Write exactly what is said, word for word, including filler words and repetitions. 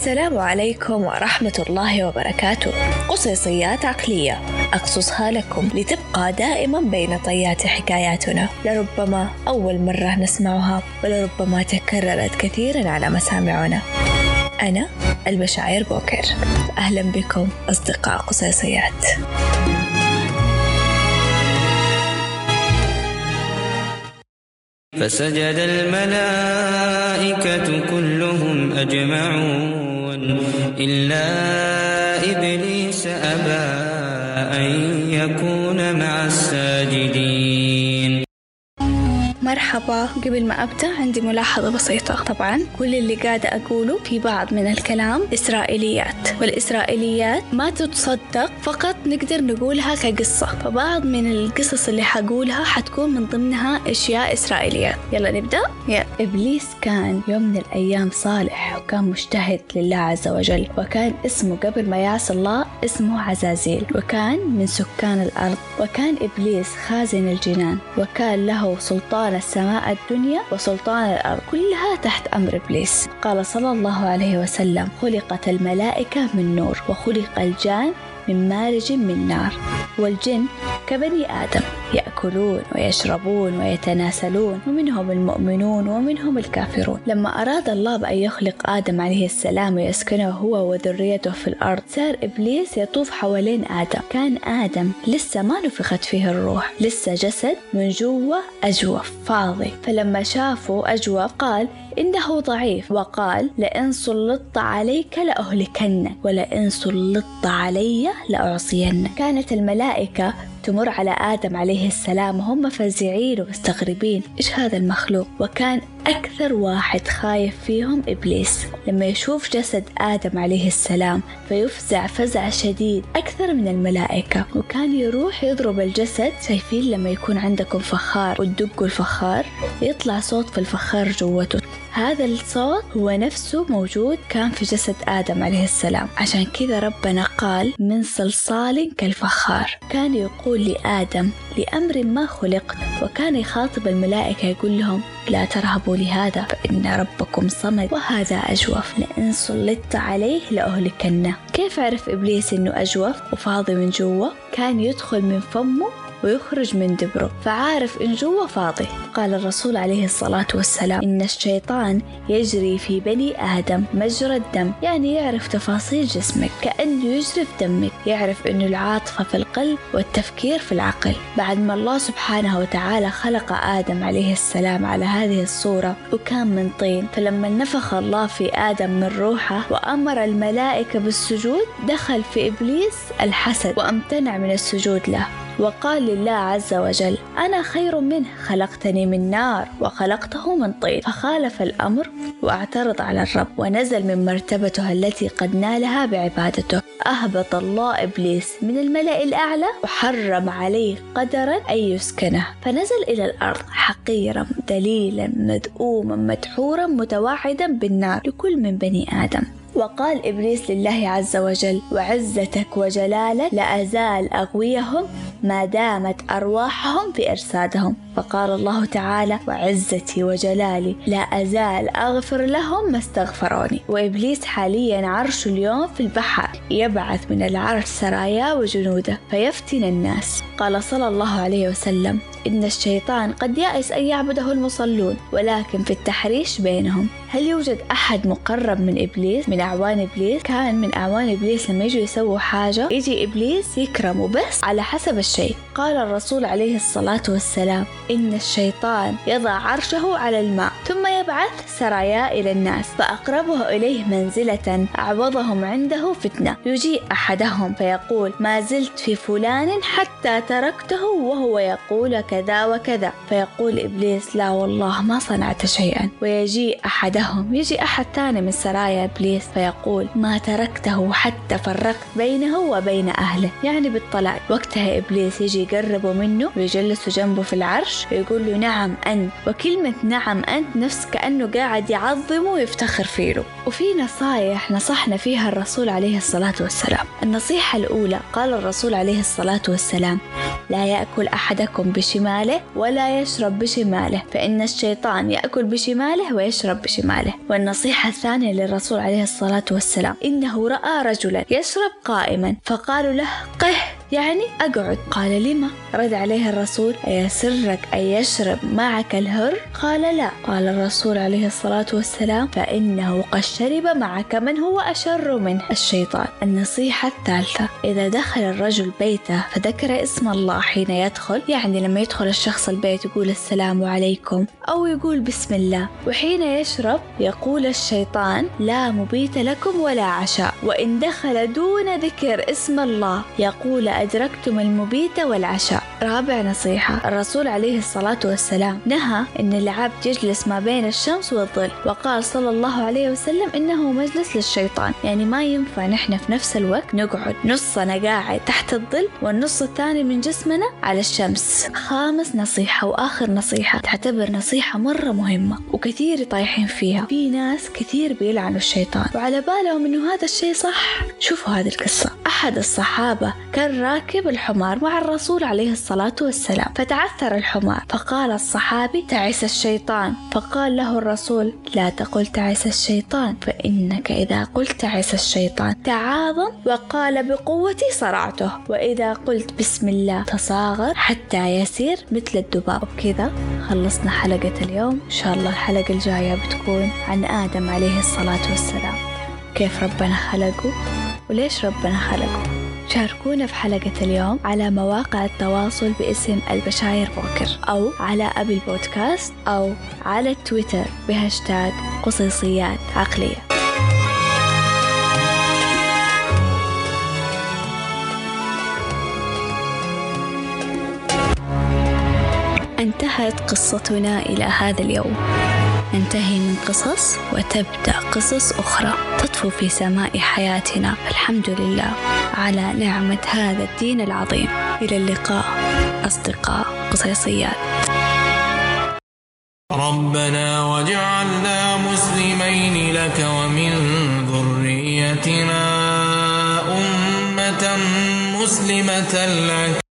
السلام عليكم ورحمة الله وبركاته. قصصيات عقلية أقصصها لكم لتبقى دائما بين طيات حكاياتنا، لربما أول مرة نسمعها ولربما تكررت كثيرا على مسامعنا. أنا المشاعر بوكر، أهلا بكم أصدقاء قصصيات. فسجد الملائكة كلهم أجمعون إلا إبليس أبى أن يكون مع الساجدين. مرحبا، قبل ما أبدأ عندي ملاحظة بسيطة. طبعا كل اللي قاعدة أقوله في بعض من الكلام إسرائيليات، والإسرائيليات ما تتصدق، فقط نقدر نقولها كقصة، فبعض من القصص اللي حقولها حتكون من ضمنها أشياء إسرائيليات. يلا نبدأ. يلا. إبليس كان يوم من الأيام صالح وكان مجتهد لله عز وجل، وكان اسمه قبل ما يعصي الله اسمه عزازيل، وكان من سكان الأرض، وكان إبليس خازن الجنان، وكان له سلطان السماء الدنيا وسلطان الأرض كلها تحت أمر إبليس. قال صلى الله عليه وسلم: خلقت الملائكة من نور وخلق الجان من مارج من نار. والجن كبني آدم يأكلون ويشربون ويتناسلون، ومنهم المؤمنون ومنهم الكافرون. لما أراد الله بأن يخلق آدم عليه السلام ويسكنه هو وذريته في الأرض، صار إبليس يطوف حوالين آدم. كان آدم لسه ما نفخت فيه الروح، لسه جسد من جوا أجوف فاضي. فلما شافه أجوف قال إنه ضعيف، وقال: لئن سلطت عليك لأهلكنك ولئن سلطت علي لأعصينك. كانت الملائكة تمر على آدم عليه السلام وهم فزعين ومستغربين، إيش هذا المخلوق؟ وكان أكثر واحد خايف فيهم إبليس. لما يشوف جسد آدم عليه السلام فيفزع فزع شديد أكثر من الملائكة، وكان يروح يضرب الجسد. شايفين لما يكون عندكم فخار وتدقوا الفخار يطلع صوت في الفخار جوته، هذا الصوت هو نفسه موجود كان في جسد آدم عليه السلام. عشان كذا ربنا قال: من صلصال كالفخار. كان يقول لآدم: لأمر ما خلقت. وكان يخاطب الملائكة يقول لهم: لا ترهبوا لهذا فإن ربكم صمد وهذا أجوف، لئن سلطت عليه لأهلكنه. كيف عرف إبليس إنه أجوف وفاضي من جوا؟ كان يدخل من فمه ويخرج من دبره، فعارف إن جوا فاضي. قال الرسول عليه الصلاة والسلام: إن الشيطان يجري في بني آدم مجرى الدم، يعني يعرف تفاصيل جسمك كأنه يجري في دمك، يعرف إنه العاطفة في القلب والتفكير في العقل. بعد ما الله سبحانه وتعالى خلق آدم عليه السلام على هذه الصورة وكان من طين، فلما نفخ الله في آدم من روحه وأمر الملائكة بالسجود، دخل في إبليس الحسد وامتنع من السجود له، وقال لله عز وجل: أنا خير منه، خلقتني من نار وخلقته من طين. فخالف الأمر واعترض على الرب ونزل من مرتبته التي قد نالها بعبادته. أهبط الله إبليس من الملأ الأعلى وحرم عليه قدرا أن يسكنه، فنزل إلى الأرض حقيرا دليلا مذءوما مدحورا متوعدا بالنار لكل من بني آدم. وقال إبليس لله عز وجل: وعزتك وجلالك لأزال أغويهم ما دامت أرواحهم في أجسادهم. فقال الله تعالى: وعزتي وجلالي لا أزال أغفر لهم ما استغفروني. وإبليس حاليا عرش اليوم في البحر، يبعث من العرش سرايا وجنوده فيفتن الناس. قال صلى الله عليه وسلم: إن الشيطان قد يأس أن يعبده المصلون، ولكن في التحريش بينهم. هل يوجد أحد مقرب من إبليس من أعوان إبليس؟ كان من أعوان إبليس لما يجوا يسووا حاجة يجي إبليس يكرمه بس على حسب الشيء. قال الرسول عليه الصلاة والسلام: إن الشيطان يضع عرشه على الماء ثم يبعث سرايا إلى الناس، فأقربه إليه منزلة أعوضهم عنده فتنة. يجيء أحدهم فيقول: ما زلت في فلان حتى تركته وهو يقول كذا وكذا، فيقول إبليس: لا والله ما صنعت شيئا. ويجيء أحدهم يجي أحد ثاني من سرايا إبليس فيقول: ما تركته حتى فرقت بينه وبين أهله، يعني بالطلاق. وقتها إبليس يجي يقرب منه ويجلس جنبه في العرش ويقول له: نعم أنت. وكلمة نعم أنت نفس كأنه قاعد يعظمه ويفتخر فيه. وفي نصايح نصحنا فيها الرسول عليه الصلاة والسلام. النصيحة الأولى قال الرسول عليه الصلاة والسلام: لا يأكل أحدكم بشماله ولا يشرب بشماله، فإن الشيطان يأكل بشماله ويشرب بشماله. والنصيحة الثانية للرسول عليه الصلاة والسلام: إنه رأى رجلا يشرب قائما فقالوا له: قه، يعني أقعد. قال: لما؟ رد عليه الرسول: أيسرك أن يشرب معك الهر؟ قال: لا. قال الرسول عليه الصلاة والسلام: فإنه قد شرب معك من هو أشر منه، الشيطان. النصيحة الثالثة: إذا دخل الرجل بيته فذكر اسم الله حين يدخل، يعني لما يدخل الشخص البيت يقول السلام عليكم أو يقول بسم الله، وحين يشرب يقول الشيطان: لا مبيت لكم ولا عشاء. وإن دخل دون ذكر اسم الله يقول: أدركتم المبيت والعشاء. رابع نصيحة: الرسول عليه الصلاة والسلام نهى أن العبد يجلس ما بين الشمس والظل، وقال صلى الله عليه وسلم إنه مجلس للشيطان، يعني ما ينفع نحن في نفس الوقت نقعد نصنا قاعد تحت الظل والنص الثاني من جسمنا على الشمس. خامس نصيحة وآخر نصيحة تعتبر نصيحة مرة مهمة وكثير طايحين فيها. في ناس كثير بيلعنوا الشيطان وعلى بالهم إنه هذا الشيء صح. شوفوا هذه القصة: أحد الصحابة كان راكب الحمار مع الرسول عليه الصلاة والسلام، فتعثر الحمار، فقال الصحابي: تعس الشيطان. فقال له الرسول: لا تقل تعس الشيطان، فإنك إذا قلت تعس الشيطان تعاظم وقال بقوتي صرعته، وإذا قلت بسم الله تصاغر حتى يسير مثل الذباب. وبكذا خلصنا حلقة اليوم. إن شاء الله الحلقة الجاية بتكون عن آدم عليه الصلاة والسلام، كيف ربنا خلقه وليش ربنا خلقه. شاركونا في حلقة اليوم على مواقع التواصل باسم البشاير بوكر، أو على أبل بودكاست، أو على التويتر بهاشتاج قصيصيات عقلية. انتهت قصتنا إلى هذا اليوم. ننتهي من قصص وتبدأ قصص أخرى تطفو في سماء حياتنا. الحمد لله على نعمة هذا الدين العظيم. إلى اللقاء أصدقاء قصيصيات. ربنا واجعلنا مسلمين لك ومن ذريتنا أمة مسلمة لك